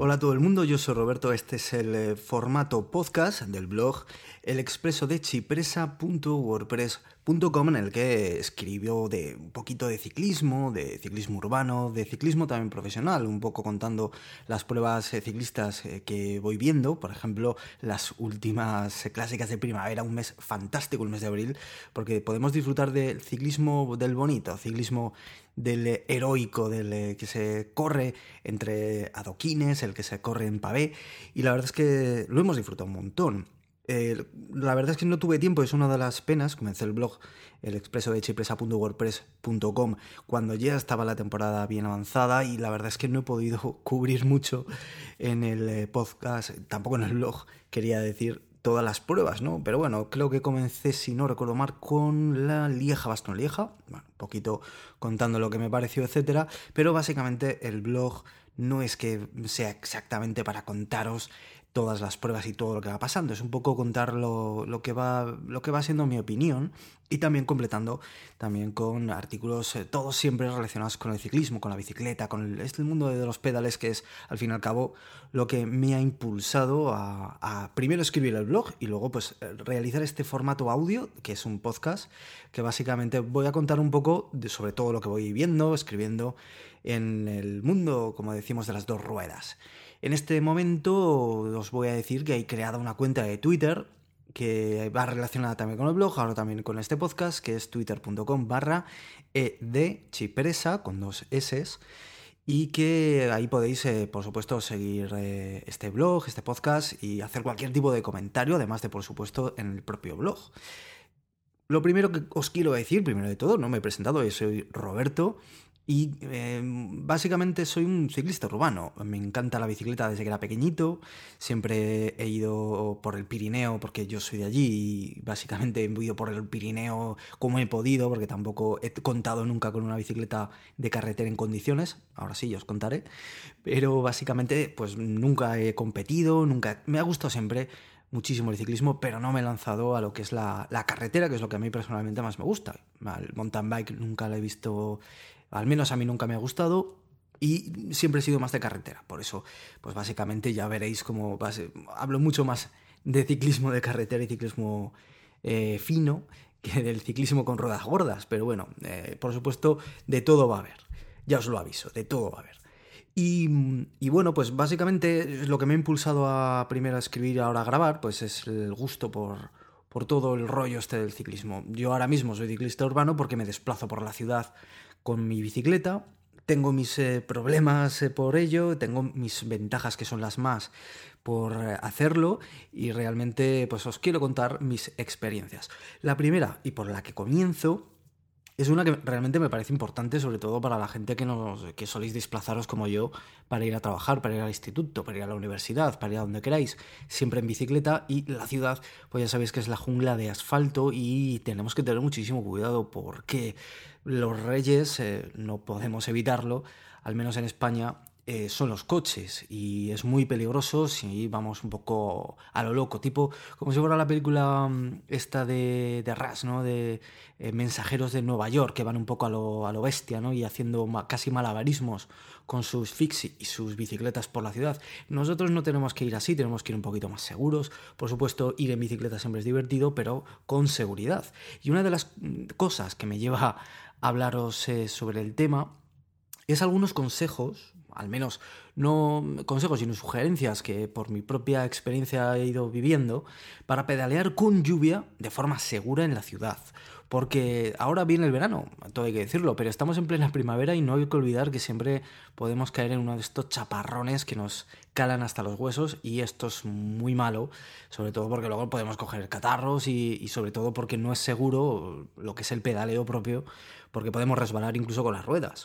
Hola a todo el mundo, yo soy Roberto, este es el formato podcast del blog elexpresodechipresa.wordpress.com en el que escribió de un poquito de ciclismo urbano, de ciclismo también profesional, un poco contando las pruebas ciclistas que voy viendo, por ejemplo, las últimas clásicas de primavera, un mes fantástico, el mes de abril, porque podemos disfrutar del ciclismo del bonito, ciclismo del heroico, del que se corre entre adoquines, el que se corre en pavé, y la verdad es que lo hemos disfrutado un montón. La verdad es que no tuve tiempo, es una de las penas. Comencé el blog elexpresodechipresa.wordpress.com cuando ya estaba la temporada bien avanzada y la verdad es que no he podido cubrir mucho en el podcast, tampoco en el blog, quería decir, todas las pruebas, ¿no? Pero bueno, creo que comencé, si no recuerdo mal, con la Lieja-Bastogne-Lieja, bueno, un poquito contando lo que me pareció, etcétera, pero básicamente el blog no es que sea exactamente para contaros todas las pruebas y todo lo que va pasando, es un poco contar lo que va siendo mi opinión y también completando también con artículos todos siempre relacionados con el ciclismo, con la bicicleta, con el mundo de los pedales, que es al fin y al cabo lo que me ha impulsado a primero escribir el blog y luego pues realizar este formato audio, que es un podcast, que básicamente voy a contar un poco sobre todo lo que voy viendo, escribiendo en el mundo, como decimos, de las dos ruedas. En este momento os voy a decir que he creado una cuenta de Twitter que va relacionada también con el blog, ahora también con este podcast, que es twitter.com/edchipresa con 2 S, y que ahí podéis, por supuesto, seguir este blog, este podcast y hacer cualquier tipo de comentario, además de, por supuesto, en el propio blog. Lo primero que os quiero decir, primero de todo, no me he presentado, yo soy Roberto y básicamente soy un ciclista urbano. Me encanta la bicicleta desde que era pequeñito, siempre he ido por el Pirineo porque yo soy de allí y básicamente he ido por el Pirineo como he podido, porque tampoco he contado nunca con una bicicleta de carretera en condiciones, ahora sí, os contaré, pero básicamente pues nunca he competido, me ha gustado siempre muchísimo el ciclismo, pero no me he lanzado a lo que es la carretera, que es lo que a mí personalmente más me gusta. El mountain bike nunca lo he visto, al menos a mí nunca me ha gustado, y siempre he sido más de carretera. Por eso, pues básicamente ya veréis cómo hablo mucho más de ciclismo de carretera y ciclismo fino que del ciclismo con ruedas gordas. Pero bueno, por supuesto, de todo va a haber. Ya os lo aviso, de todo va a haber. Y bueno, pues básicamente lo que me ha impulsado a primero a escribir y ahora a grabar, pues es el gusto por todo el rollo este del ciclismo. Yo ahora mismo soy ciclista urbano porque me desplazo por la ciudad con mi bicicleta. Tengo mis problemas por ello, tengo mis ventajas que son las más por hacerlo y realmente pues os quiero contar mis experiencias. La primera y por la que comienzo es una que realmente me parece importante, sobre todo para la gente que soléis desplazaros como yo para ir a trabajar, para ir al instituto, para ir a la universidad, para ir a donde queráis, siempre en bicicleta. Y la ciudad, pues ya sabéis que es la jungla de asfalto y tenemos que tener muchísimo cuidado porque los reyes, no podemos evitarlo, al menos en España, son los coches y es muy peligroso si vamos un poco a lo loco, tipo como si fuera la película esta de Rush, ¿no? De mensajeros de Nueva York, que van un poco a lo bestia, ¿no? Y haciendo casi malabarismos con sus fixie y sus bicicletas por la ciudad. Nosotros no tenemos que ir así, tenemos que ir un poquito más seguros. Por supuesto, ir en bicicleta siempre es divertido, pero con seguridad. Y una de las cosas que me lleva a hablaros sobre el tema es algunos consejos, al menos no consejos sino sugerencias que por mi propia experiencia he ido viviendo para pedalear con lluvia de forma segura en la ciudad. Porque ahora viene el verano, todo hay que decirlo, pero estamos en plena primavera y no hay que olvidar que siempre podemos caer en uno de estos chaparrones que nos calan hasta los huesos y esto es muy malo, sobre todo porque luego podemos coger catarros y sobre todo porque no es seguro lo que es el pedaleo propio, porque podemos resbalar incluso con las ruedas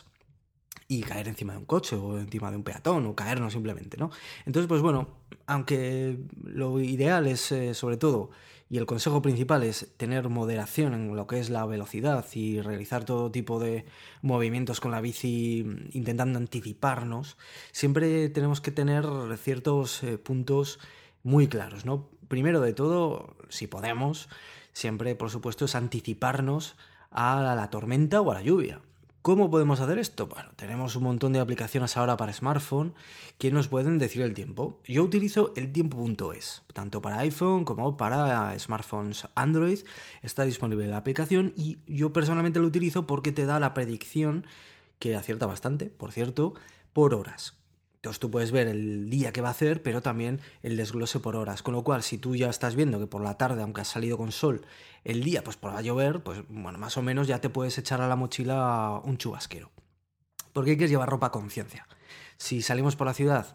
y caer encima de un coche o encima de un peatón o caernos simplemente, ¿no? Entonces, pues bueno, aunque lo ideal es sobre todo, y el consejo principal es tener moderación en lo que es la velocidad y realizar todo tipo de movimientos con la bici intentando anticiparnos, siempre tenemos que tener ciertos puntos muy claros, ¿no? Primero de todo, si podemos, siempre por supuesto es anticiparnos a la tormenta o a la lluvia. ¿Cómo podemos hacer esto? Bueno, tenemos un montón de aplicaciones ahora para smartphone que nos pueden decir el tiempo. Yo utilizo eltiempo.es, tanto para iPhone como para smartphones Android. Está disponible la aplicación y yo personalmente lo utilizo porque te da la predicción, que acierta bastante, por cierto, por horas. Entonces tú puedes ver el día que va a hacer, pero también el desglose por horas. Con lo cual, si tú ya estás viendo que por la tarde, aunque has salido con sol, el día pues va a llover, pues bueno, más o menos ya te puedes echar a la mochila un chubasquero. Porque hay que llevar ropa a conciencia. Si salimos por la ciudad,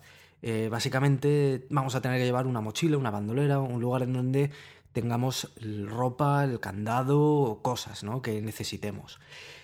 básicamente vamos a tener que llevar una mochila, una bandolera, un lugar en donde tengamos ropa, el candado o cosas, ¿no?, que necesitemos.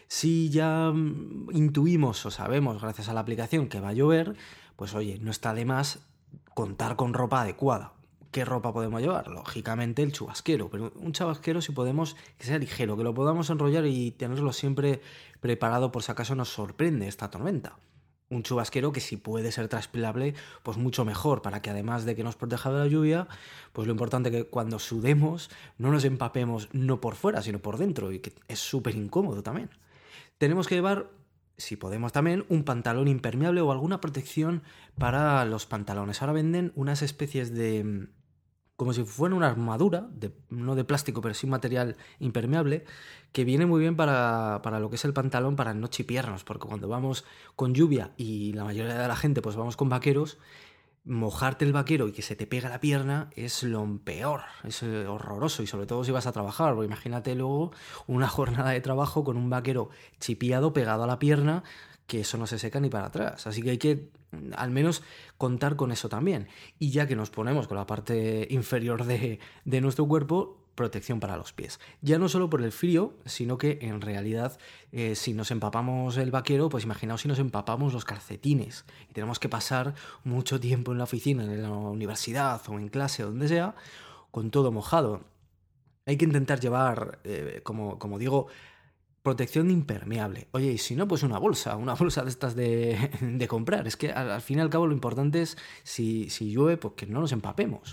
Si ya intuimos o sabemos, gracias a la aplicación, que va a llover, pues oye, no está de más contar con ropa adecuada. ¿Qué ropa podemos llevar? Lógicamente el chubasquero, pero un chubasquero si podemos que sea ligero, que lo podamos enrollar y tenerlo siempre preparado por si acaso nos sorprende esta tormenta. Un chubasquero que si puede ser transpirable, pues mucho mejor, para que además de que nos proteja de la lluvia, pues lo importante es que cuando sudemos no nos empapemos no por fuera, sino por dentro, y que es súper incómodo también. Tenemos que llevar, si podemos también, un pantalón impermeable o alguna protección para los pantalones. Ahora venden unas especies de, como si fuera una armadura, no de plástico, pero sí material impermeable, que viene muy bien para lo que es el pantalón, para no chipiarnos, porque cuando vamos con lluvia y la mayoría de la gente pues vamos con vaqueros, mojarte el vaquero y que se te pega la pierna es lo peor, es horroroso, y sobre todo si vas a trabajar, porque imagínate luego una jornada de trabajo con un vaquero chipiado pegado a la pierna, que eso no se seca ni para atrás, así que hay que al menos contar con eso también. Y ya que nos ponemos con la parte inferior de nuestro cuerpo, protección para los pies. Ya no solo por el frío, sino que en realidad si nos empapamos el vaquero, pues imaginaos si nos empapamos los calcetines y tenemos que pasar mucho tiempo en la oficina, en la universidad o en clase o donde sea, con todo mojado. Hay que intentar llevar, como digo, protección impermeable. Oye, y si no, pues una bolsa de estas de comprar. Es que al fin y al cabo lo importante es, si llueve, pues que no nos empapemos.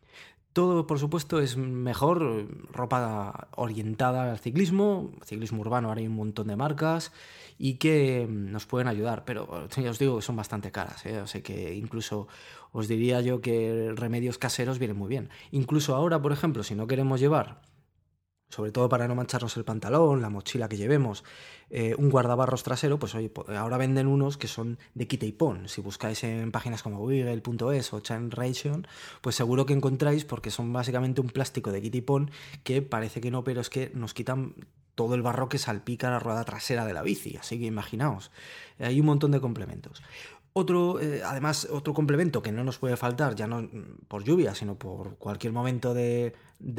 Todo, por supuesto, es mejor ropa orientada al ciclismo urbano. Ahora hay un montón de marcas y que nos pueden ayudar, pero ya os digo que son bastante caras, ¿eh? O sea que incluso os diría yo que remedios caseros vienen muy bien. Incluso ahora, por ejemplo, si no queremos llevar, sobre todo para no mancharnos el pantalón, la mochila que llevemos, un guardabarros trasero, pues oye, ahora venden unos que son de quita y pon. Si buscáis en páginas como Wiggle.es o Chainration, pues seguro que encontráis, porque son básicamente un plástico de quita y pon que parece que no, pero es que nos quitan todo el barro que salpica la rueda trasera de la bici, así que imaginaos, hay un montón de complementos. Además, otro complemento que no nos puede faltar, ya no por lluvia, sino por cualquier momento del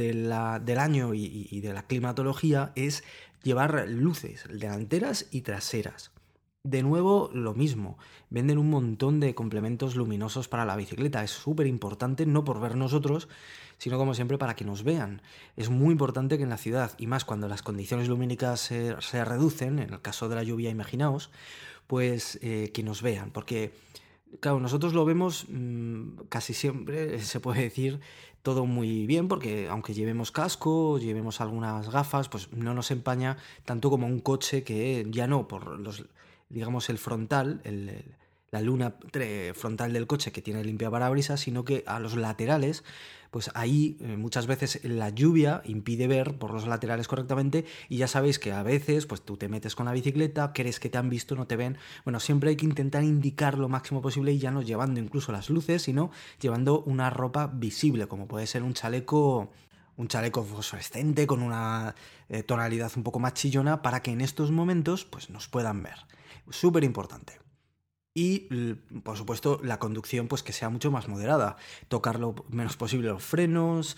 año y de la climatología, es llevar luces delanteras y traseras. De nuevo, lo mismo, venden un montón de complementos luminosos para la bicicleta. Es súper importante, no por ver nosotros, sino como siempre para que nos vean. Es muy importante que en la ciudad, y más cuando las condiciones lumínicas se reducen, en el caso de la lluvia, imaginaos, pues que nos vean, porque claro, nosotros lo vemos casi siempre, se puede decir, todo muy bien, porque aunque llevemos casco, llevemos algunas gafas, pues no nos empaña tanto como un coche, que ya no por digamos el frontal, la luna frontal del coche que tiene limpiaparabrisas, sino que a los laterales, pues ahí muchas veces la lluvia impide ver por los laterales correctamente, y ya sabéis que a veces pues tú te metes con la bicicleta, crees que te han visto, no te ven. Bueno, siempre hay que intentar indicar lo máximo posible, y ya no llevando incluso las luces, sino llevando una ropa visible, como puede ser un chaleco fosforescente con una tonalidad un poco más chillona, para que en estos momentos pues nos puedan ver. Súper importante. Y, por supuesto, la conducción pues que sea mucho más moderada. Tocar lo menos posible los frenos,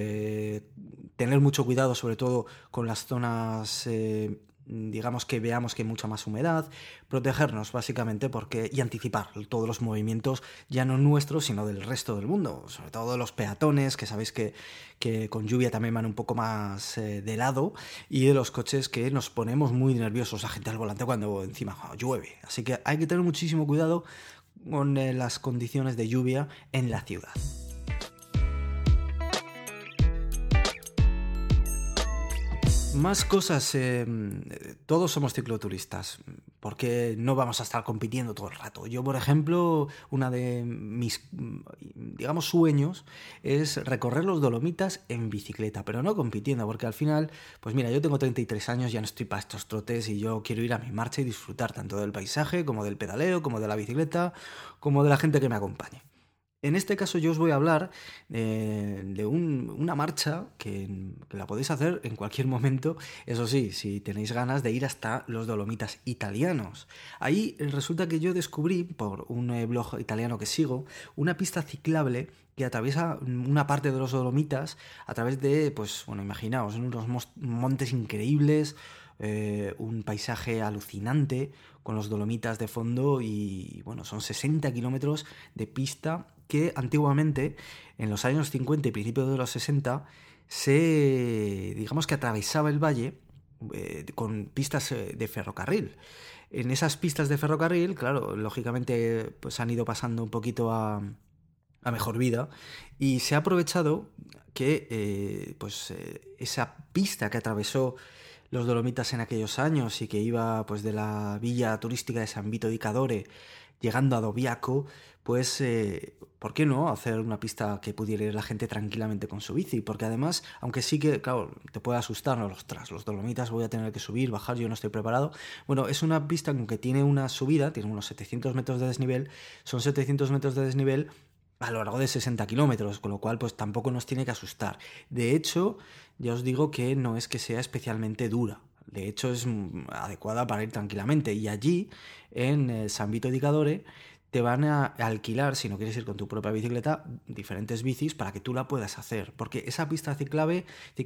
tener mucho cuidado sobre todo con las zonas, digamos que veamos que hay mucha más humedad, protegernos básicamente y anticipar todos los movimientos, ya no nuestros, sino del resto del mundo, sobre todo de los peatones, que sabéis que con lluvia también van un poco más de lado, y de los coches, que nos ponemos muy nerviosos, la gente al volante cuando encima llueve. Así que hay que tener muchísimo cuidado con las condiciones de lluvia en la ciudad. Más cosas, todos somos cicloturistas, porque no vamos a estar compitiendo todo el rato. Yo, por ejemplo, una de mis, digamos, sueños es recorrer los Dolomitas en bicicleta, pero no compitiendo, porque al final, pues mira, yo tengo 33 años, ya no estoy para estos trotes y yo quiero ir a mi marcha y disfrutar tanto del paisaje, como del pedaleo, como de la bicicleta, como de la gente que me acompañe. En este caso yo os voy a hablar de una marcha que la podéis hacer en cualquier momento, eso sí, si tenéis ganas de ir hasta los Dolomitas italianos. Ahí resulta que yo descubrí, por un blog italiano que sigo, una pista ciclable que atraviesa una parte de los Dolomitas a través de, pues bueno, imaginaos, unos montes increíbles, un paisaje alucinante con los Dolomitas de fondo y bueno, son 60 kilómetros de pista que antiguamente, en los años 50 y principios de los 60, digamos que atravesaba el valle con pistas de ferrocarril. En esas pistas de ferrocarril, claro, lógicamente pues han ido pasando un poquito a mejor vida y se ha aprovechado que esa pista que atravesó los Dolomitas en aquellos años y que iba pues de la villa turística de San Vito di Cadore llegando a Dobiaco, pues ¿por qué no hacer una pista que pudiera ir la gente tranquilamente con su bici? Porque además, aunque sí que, claro, te puede asustar, ¿no? Los Dolomitas voy a tener que subir, bajar, yo no estoy preparado. Bueno, es una pista que tiene una subida, tiene unos 700 metros de desnivel, son 700 metros de desnivel a lo largo de 60 kilómetros, con lo cual pues tampoco nos tiene que asustar. De hecho, ya os digo que no es que sea especialmente dura. De hecho, es adecuada para ir tranquilamente. Y allí, en San Vito di Cadore, te van a alquilar, si no quieres ir con tu propia bicicleta, diferentes bicis para que tú la puedas hacer. Porque esa pista ciclable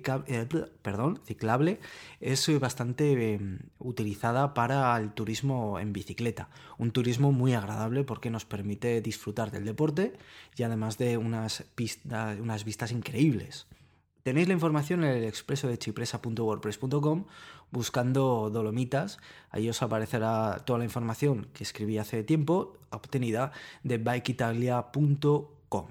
es bastante utilizada para el turismo en bicicleta. Un turismo muy agradable porque nos permite disfrutar del deporte y además de unas vistas increíbles. Tenéis la información en el expreso de chipresa.wordpress.com buscando Dolomitas. Ahí os aparecerá toda la información que escribí hace tiempo, obtenida de bikeitalia.com.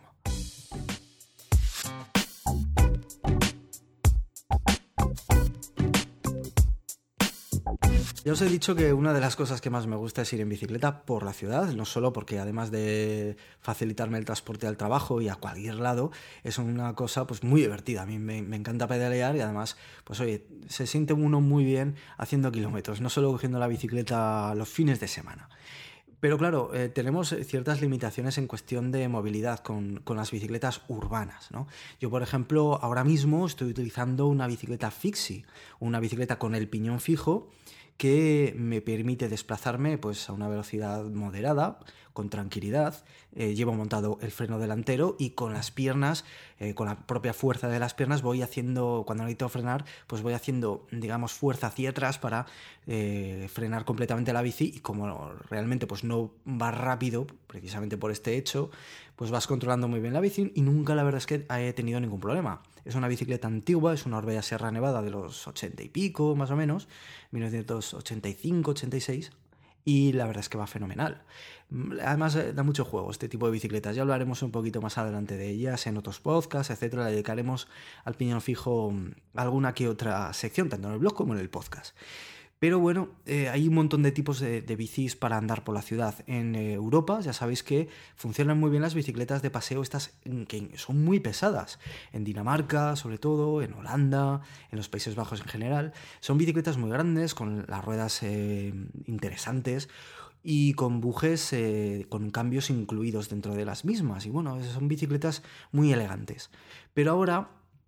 Ya os he dicho que una de las cosas que más me gusta es ir en bicicleta por la ciudad, no solo porque además de facilitarme el transporte al trabajo y a cualquier lado, es una cosa pues muy divertida. A mí me encanta pedalear y además, pues oye, se siente uno muy bien haciendo kilómetros, no solo cogiendo la bicicleta los fines de semana. Pero claro, tenemos ciertas limitaciones en cuestión de movilidad con las bicicletas urbanas, ¿no? Yo, por ejemplo, ahora mismo estoy utilizando una bicicleta fixie, una bicicleta con el piñón fijo, que me permite desplazarme pues, a una velocidad moderada, con tranquilidad. Llevo montado el freno delantero y con las piernas, con la propia fuerza de las piernas, voy haciendo, cuando necesito frenar, pues voy haciendo, digamos, fuerza hacia atrás para frenar completamente la bici y como realmente pues, no va rápido, precisamente por este hecho, pues vas controlando muy bien la bici y nunca la verdad es que he tenido ningún problema. Es una bicicleta antigua, es una Orbea Sierra Nevada de los 80 y pico, más o menos, 1985, 86, y la verdad es que va fenomenal. Además da mucho juego este tipo de bicicletas, ya hablaremos un poquito más adelante de ellas en otros podcasts, etcétera, le dedicaremos al piñón fijo alguna que otra sección, tanto en el blog como en el podcast. Pero bueno, hay un montón de tipos de bicis para andar por la ciudad. En Europa ya sabéis que funcionan muy bien las bicicletas de paseo, estas que son muy pesadas. En Dinamarca, sobre todo, en Holanda, en los Países Bajos en general. Son bicicletas muy grandes, con las ruedas interesantes y con bujes con cambios incluidos dentro de las mismas. Y bueno, son bicicletas muy elegantes. Pero ahora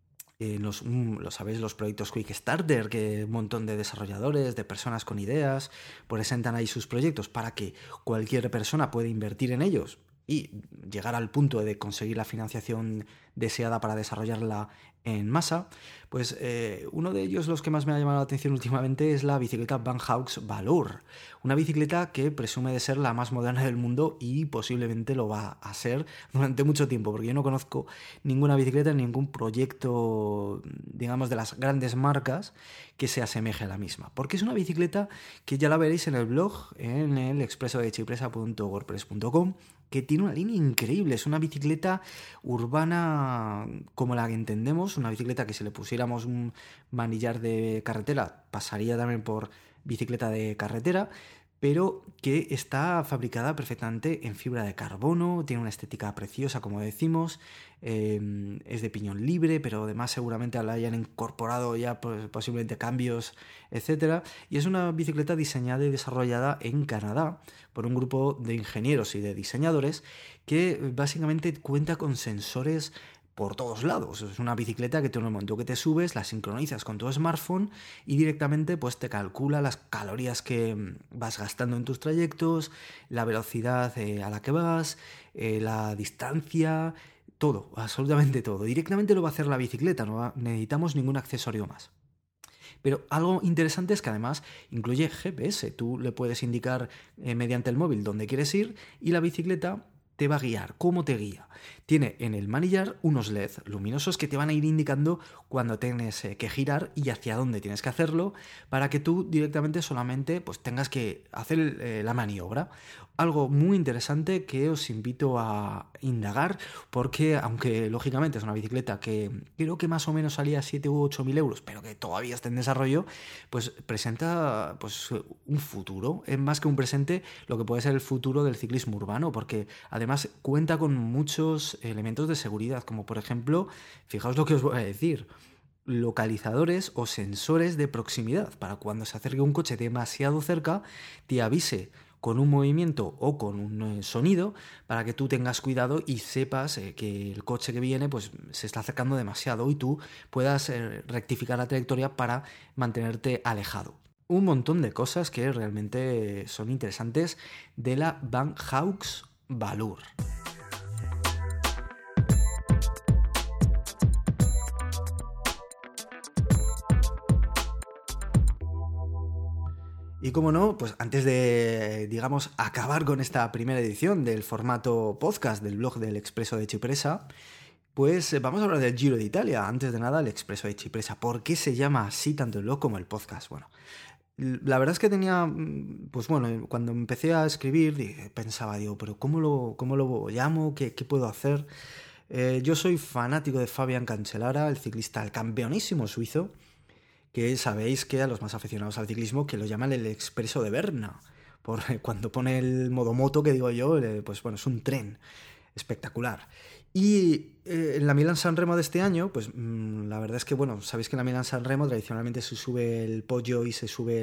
lo sabéis, los proyectos Quickstarter, que un montón de desarrolladores, de personas con ideas, presentan ahí sus proyectos para que cualquier persona pueda invertir en ellos y llegar al punto de conseguir la financiación deseada para desarrollarla en masa. Pues uno de ellos, los que más me ha llamado la atención últimamente, es la bicicleta Van Haux Valor, una bicicleta que presume de ser la más moderna del mundo y posiblemente lo va a ser durante mucho tiempo, porque yo no conozco ninguna bicicleta, ningún proyecto, digamos, de las grandes marcas que se asemeje a la misma, porque es una bicicleta que ya la veréis en el blog, en el expreso de chipresa.wordpress.com, que tiene una línea increíble, es una bicicleta urbana bicicleta como la que entendemos, una bicicleta que si le pusiéramos un manillar de carretera pasaría también por bicicleta de carretera, pero que está fabricada perfectamente en fibra de carbono, tiene una estética preciosa, como decimos, es de piñón libre, pero además seguramente la hayan incorporado ya posiblemente cambios, etcétera. Y es una bicicleta diseñada y desarrollada en Canadá por un grupo de ingenieros y de diseñadores que básicamente cuenta con sensores por todos lados. Es una bicicleta que tú en el momento que te subes la sincronizas con tu smartphone y directamente pues te calcula las calorías que vas gastando en tus trayectos, la velocidad a la que vas, la distancia, todo, absolutamente todo. Directamente lo va a hacer la bicicleta, no necesitamos ningún accesorio más. Pero algo interesante es que además incluye GPS. Tú le puedes indicar mediante el móvil dónde quieres ir y la bicicleta te va a guiar. ¿Cómo te guía? Tiene en el manillar unos LED luminosos que te van a ir indicando cuando tienes que girar y hacia dónde tienes que hacerlo para que tú directamente solamente pues, tengas que hacer la maniobra. Algo muy interesante que os invito a indagar porque aunque lógicamente es una bicicleta que creo que más o menos salía 7 u 8 mil euros, pero que todavía está en desarrollo, pues presenta pues, un futuro, es más que un presente lo que puede ser el futuro del ciclismo urbano, porque además cuenta con muchos elementos de seguridad, como por ejemplo, fijaos lo que os voy a decir, localizadores o sensores de proximidad, para cuando se acerque un coche demasiado cerca, te avise con un movimiento o con un sonido para que tú tengas cuidado y sepas que el coche que viene pues, se está acercando demasiado y tú puedas rectificar la trayectoria para mantenerte alejado. Un montón de cosas que realmente son interesantes de la Van Haux Valour. Y como no, pues antes de, digamos, acabar con esta primera edición del formato podcast del blog del Expreso de Cipresa, pues vamos a hablar del Giro de Italia. Antes de nada, el Expreso de Cipresa. ¿Por qué se llama así tanto el blog como el podcast? Bueno, la verdad es que tenía, pues bueno, cuando empecé a escribir pensaba, digo, pero ¿cómo lo llamo? ¿Qué puedo hacer? Yo soy fanático de Fabian Cancellara, el ciclista, el campeonísimo suizo, que sabéis que a los más aficionados al ciclismo que lo llaman el Expreso de Berna, por cuando pone el modo moto, que digo yo, pues bueno, es un tren espectacular. Y en la Milán-San Remo de este año, pues la verdad es que, bueno, sabéis que en la Milán-San Remo tradicionalmente se sube el Poggio y se sube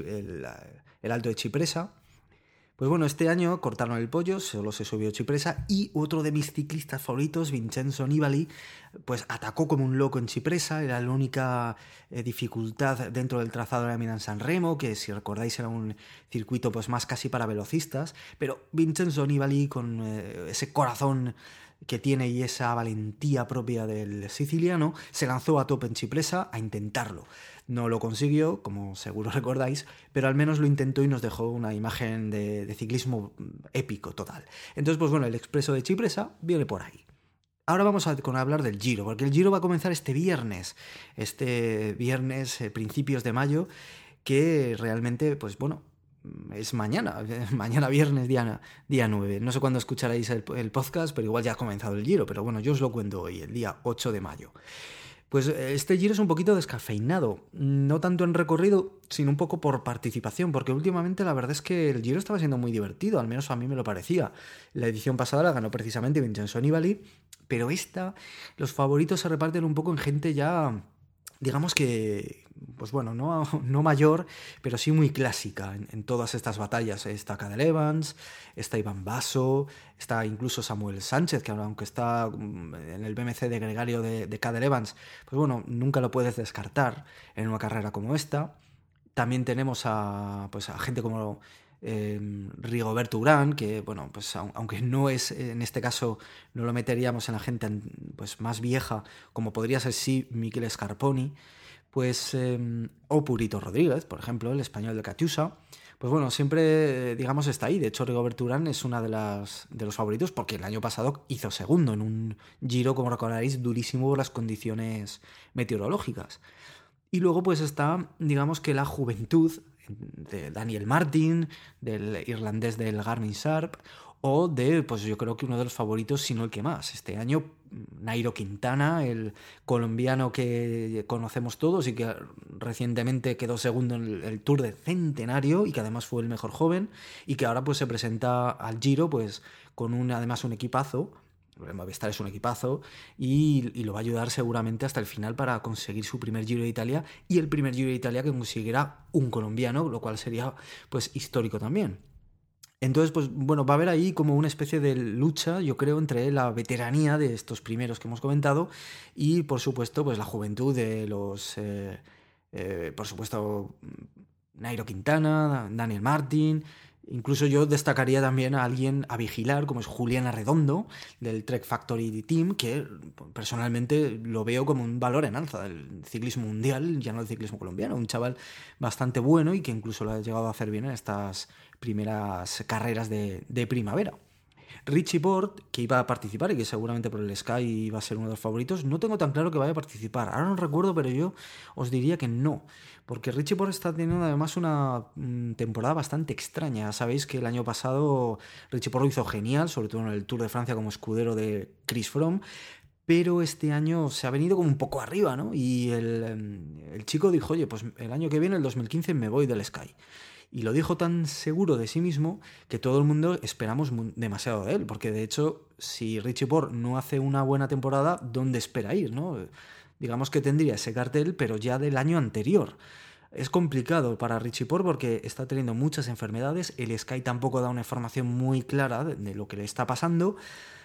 el Alto de Cipresa. Pues bueno, este año cortaron el Poggio, solo se subió Cipresa y otro de mis ciclistas favoritos, Vincenzo Nibali, pues atacó como un loco en Cipresa, era la única dificultad dentro del trazado de la Milán-San Remo, que si recordáis era un circuito pues más casi para velocistas, pero Vincenzo Nibali con ese corazón que tiene y esa valentía propia del siciliano, se lanzó a tope en Cipresa a intentarlo. No lo consiguió, como seguro recordáis, pero al menos lo intentó y nos dejó una imagen de ciclismo épico total. Entonces, pues bueno, el Expreso de Cipresa viene por ahí. Ahora vamos a hablar del Giro, porque el Giro va a comenzar este viernes, principios de mayo, que realmente, pues bueno, es mañana viernes, día 9. No sé cuándo escucharéis el podcast, pero igual ya ha comenzado el Giro, pero bueno, yo os lo cuento hoy, el día 8 de mayo. Pues este Giro es un poquito descafeinado, no tanto en recorrido, sino un poco por participación, porque últimamente la verdad es que el Giro estaba siendo muy divertido, al menos a mí me lo parecía. La edición pasada la ganó precisamente Vincenzo Nibali, pero los favoritos se reparten un poco en gente ya, digamos que, pues bueno, no mayor, pero sí muy clásica en todas estas batallas. Está Cadel Evans, está Iván Basso, está incluso Samuel Sánchez, que aunque está en el BMC de gregario de Cadel Evans, pues bueno, nunca lo puedes descartar en una carrera como esta. También tenemos a gente como Rigoberto Urán, que bueno, pues aunque no es, en este caso no lo meteríamos en la gente pues más vieja, como podría ser sí Michele Scarponi, pues o Purito Rodríguez, por ejemplo, el español de Catiusa, pues bueno, siempre digamos está ahí. De hecho, Rigoberto Urán es una de los favoritos porque el año pasado hizo segundo en un Giro, como recordaréis, durísimo por las condiciones meteorológicas. Y luego pues está, digamos que la juventud de Daniel Martin, del irlandés del Garmin Sharp, o de, pues yo creo que uno de los favoritos, si no el que más. Este año, Nairo Quintana, el colombiano que conocemos todos y que recientemente quedó segundo en el Tour de Centenario y que además fue el mejor joven y que ahora pues se presenta al Giro pues con además un equipazo. Movistar es un equipazo y lo va a ayudar seguramente hasta el final para conseguir su primer Giro de Italia y el primer Giro de Italia que consiguiera un colombiano, lo cual sería pues histórico también. Entonces, pues bueno, va a haber ahí como una especie de lucha, yo creo, entre la veteranía de estos primeros que hemos comentado y, por supuesto, pues la juventud de los, por supuesto, Nairo Quintana, Daniel Martin. Incluso yo destacaría también a alguien a vigilar, como es Julián Arredondo, del Trek Factory Team, que personalmente lo veo como un valor en alza del ciclismo mundial, ya no del ciclismo colombiano. Un chaval bastante bueno y que incluso lo ha llegado a hacer bien en estas primeras carreras de primavera. Richie Porte, que iba a participar y que seguramente por el Sky iba a ser uno de los favoritos, no tengo tan claro que vaya a participar. Ahora no recuerdo, pero yo os diría que no. Porque Richie Porte está teniendo además una temporada bastante extraña. Sabéis que el año pasado Richie Porte lo hizo genial, sobre todo en el Tour de Francia como escudero de Chris Froome. Pero este año se ha venido como un poco arriba, ¿no? Y el chico dijo, oye, pues el año que viene, el 2015, me voy del Sky. Y lo dijo tan seguro de sí mismo que todo el mundo esperamos demasiado de él, porque de hecho, si Richie Porte no hace una buena temporada, ¿dónde espera ir, no? Digamos que tendría ese cartel, pero ya del año anterior. Es complicado para Richie Porte porque está teniendo muchas enfermedades, el Sky tampoco da una información muy clara de lo que le está pasando.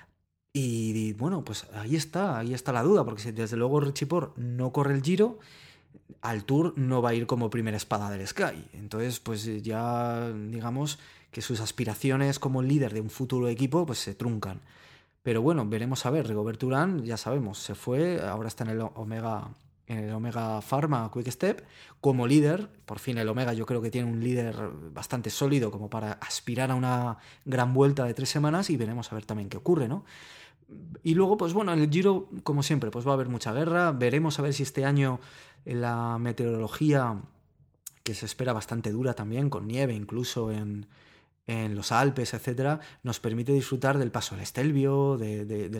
Y bueno, pues ahí está la duda, porque si desde luego Richie Porte no corre el Giro, al Tour no va a ir como primera espada del Sky. Entonces, pues ya digamos que sus aspiraciones como líder de un futuro equipo pues se truncan. Pero bueno, veremos a ver. Rigoberto Urán, ya sabemos, se fue, ahora está en el Omega Pharma Quick Step como líder. Por fin el Omega yo creo que tiene un líder bastante sólido como para aspirar a una gran vuelta de 3 semanas y veremos a ver también qué ocurre, ¿no? Y luego, pues bueno, en el Giro, como siempre, pues va a haber mucha guerra. Veremos a ver si este año la meteorología, que se espera bastante dura también, con nieve incluso en los Alpes, etcétera, nos permite disfrutar del paso del Stelvio, de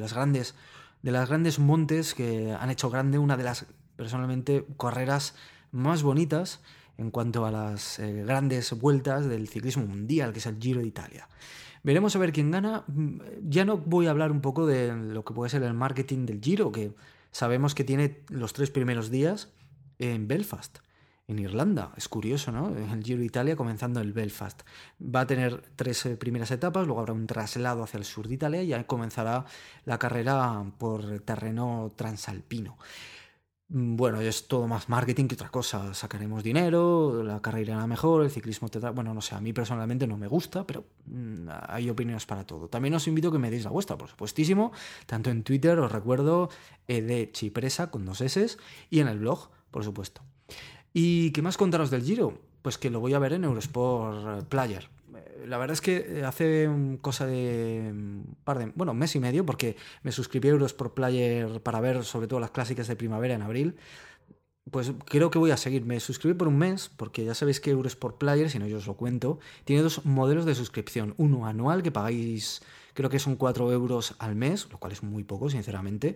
las grandes montes que han hecho grande una de las, personalmente, carreras más bonitas en cuanto a las grandes vueltas del ciclismo mundial, que es el Giro de Italia. Veremos a ver quién gana. Ya no voy a hablar un poco de lo que puede ser el marketing del Giro, que sabemos que tiene los 3 primeros días en Belfast, en Irlanda. Es curioso, ¿no? El Giro de Italia comenzando en Belfast. Va a tener 3 primeras etapas, luego habrá un traslado hacia el sur de Italia y ya comenzará la carrera por terreno transalpino. Bueno, es todo más marketing que otra cosa. Sacaremos dinero, la carrera irá mejor, el ciclismo tendrá... Bueno, no sé, a mí personalmente no me gusta, pero hay opiniones para todo. También os invito a que me deis la vuestra, por supuestísimo. Tanto en Twitter, os recuerdo, de Chipresa con 2 S, y en el blog, por supuesto. ¿Y qué más contaros del Giro? Pues que lo voy a ver en Eurosport Player. La verdad es que hace cosa de un mes y medio, porque me suscribí a Eurosport Player para ver sobre todo las clásicas de primavera en abril. Pues creo que voy a seguir. Me suscribí por un mes, porque ya sabéis que Eurosport Player, si no yo os lo cuento, tiene 2 modelos de suscripción. Uno anual, que pagáis, creo que son 4 euros al mes, lo cual es muy poco, sinceramente,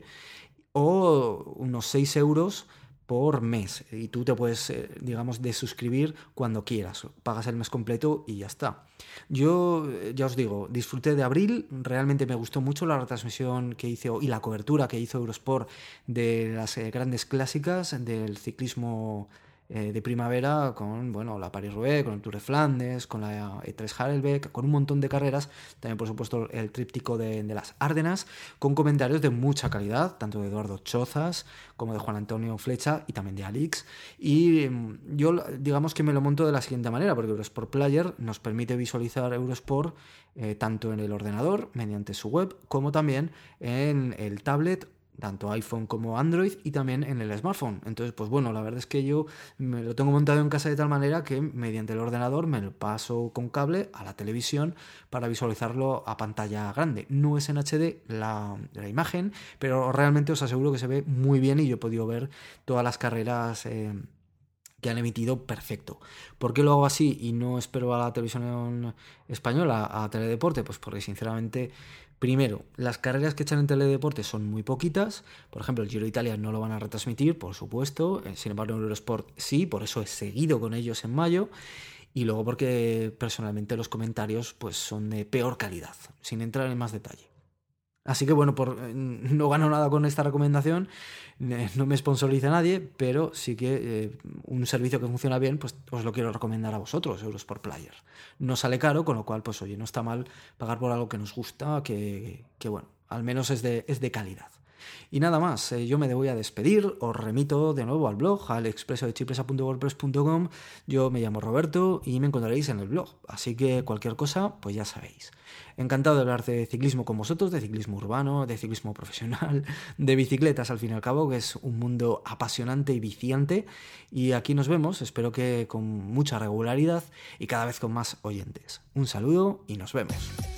o unos 6 euros por mes, y tú te puedes, digamos, desuscribir cuando quieras, pagas el mes completo y ya está. Yo, ya os digo, disfruté de abril, realmente me gustó mucho la retransmisión que hizo y la cobertura que hizo Eurosport de las grandes clásicas del ciclismo de primavera, con la Paris-Roubaix, con el Tour de Flandes, con la E3 Harelbeke, con un montón de carreras, también por supuesto el tríptico de las Árdenas, con comentarios de mucha calidad, tanto de Eduardo Chozas como de Juan Antonio Flecha y también de Alix. Y yo digamos que me lo monto de la siguiente manera, porque Eurosport Player nos permite visualizar Eurosport tanto en el ordenador mediante su web, como también en el tablet, tanto iPhone como Android, y también en el smartphone. Entonces, pues bueno, la verdad es que yo me lo tengo montado en casa de tal manera que mediante el ordenador me lo paso con cable a la televisión para visualizarlo a pantalla grande. No es en HD la imagen, pero realmente os aseguro que se ve muy bien y yo he podido ver todas las carreras que han emitido perfecto. ¿Por qué lo hago así y no espero a la televisión española, a Teledeporte? Pues porque sinceramente, primero, las carreras que echan en Teledeporte son muy poquitas. Por ejemplo, el Giro de Italia no lo van a retransmitir, por supuesto. Sin embargo, en Eurosport sí, por eso he seguido con ellos en mayo. Y luego porque personalmente los comentarios pues son de peor calidad, sin entrar en más detalle. Así que bueno, no gano nada con esta recomendación, no me sponsoriza nadie, pero sí que un servicio que funciona bien, pues os lo quiero recomendar a vosotros, Eurosport Player. No sale caro, con lo cual, pues oye, no está mal pagar por algo que nos gusta, que bueno, al menos es de calidad. Y nada más, yo me voy a despedir, os remito de nuevo al blog, al expresodechipresa.wordpress.com. Yo me llamo Roberto y me encontraréis en el blog, así que cualquier cosa, pues ya sabéis. Encantado de hablar de ciclismo con vosotros, de ciclismo urbano, de ciclismo profesional, de bicicletas al fin y al cabo, que es un mundo apasionante y viciante. Y aquí nos vemos, espero que con mucha regularidad y cada vez con más oyentes. Un saludo y nos vemos.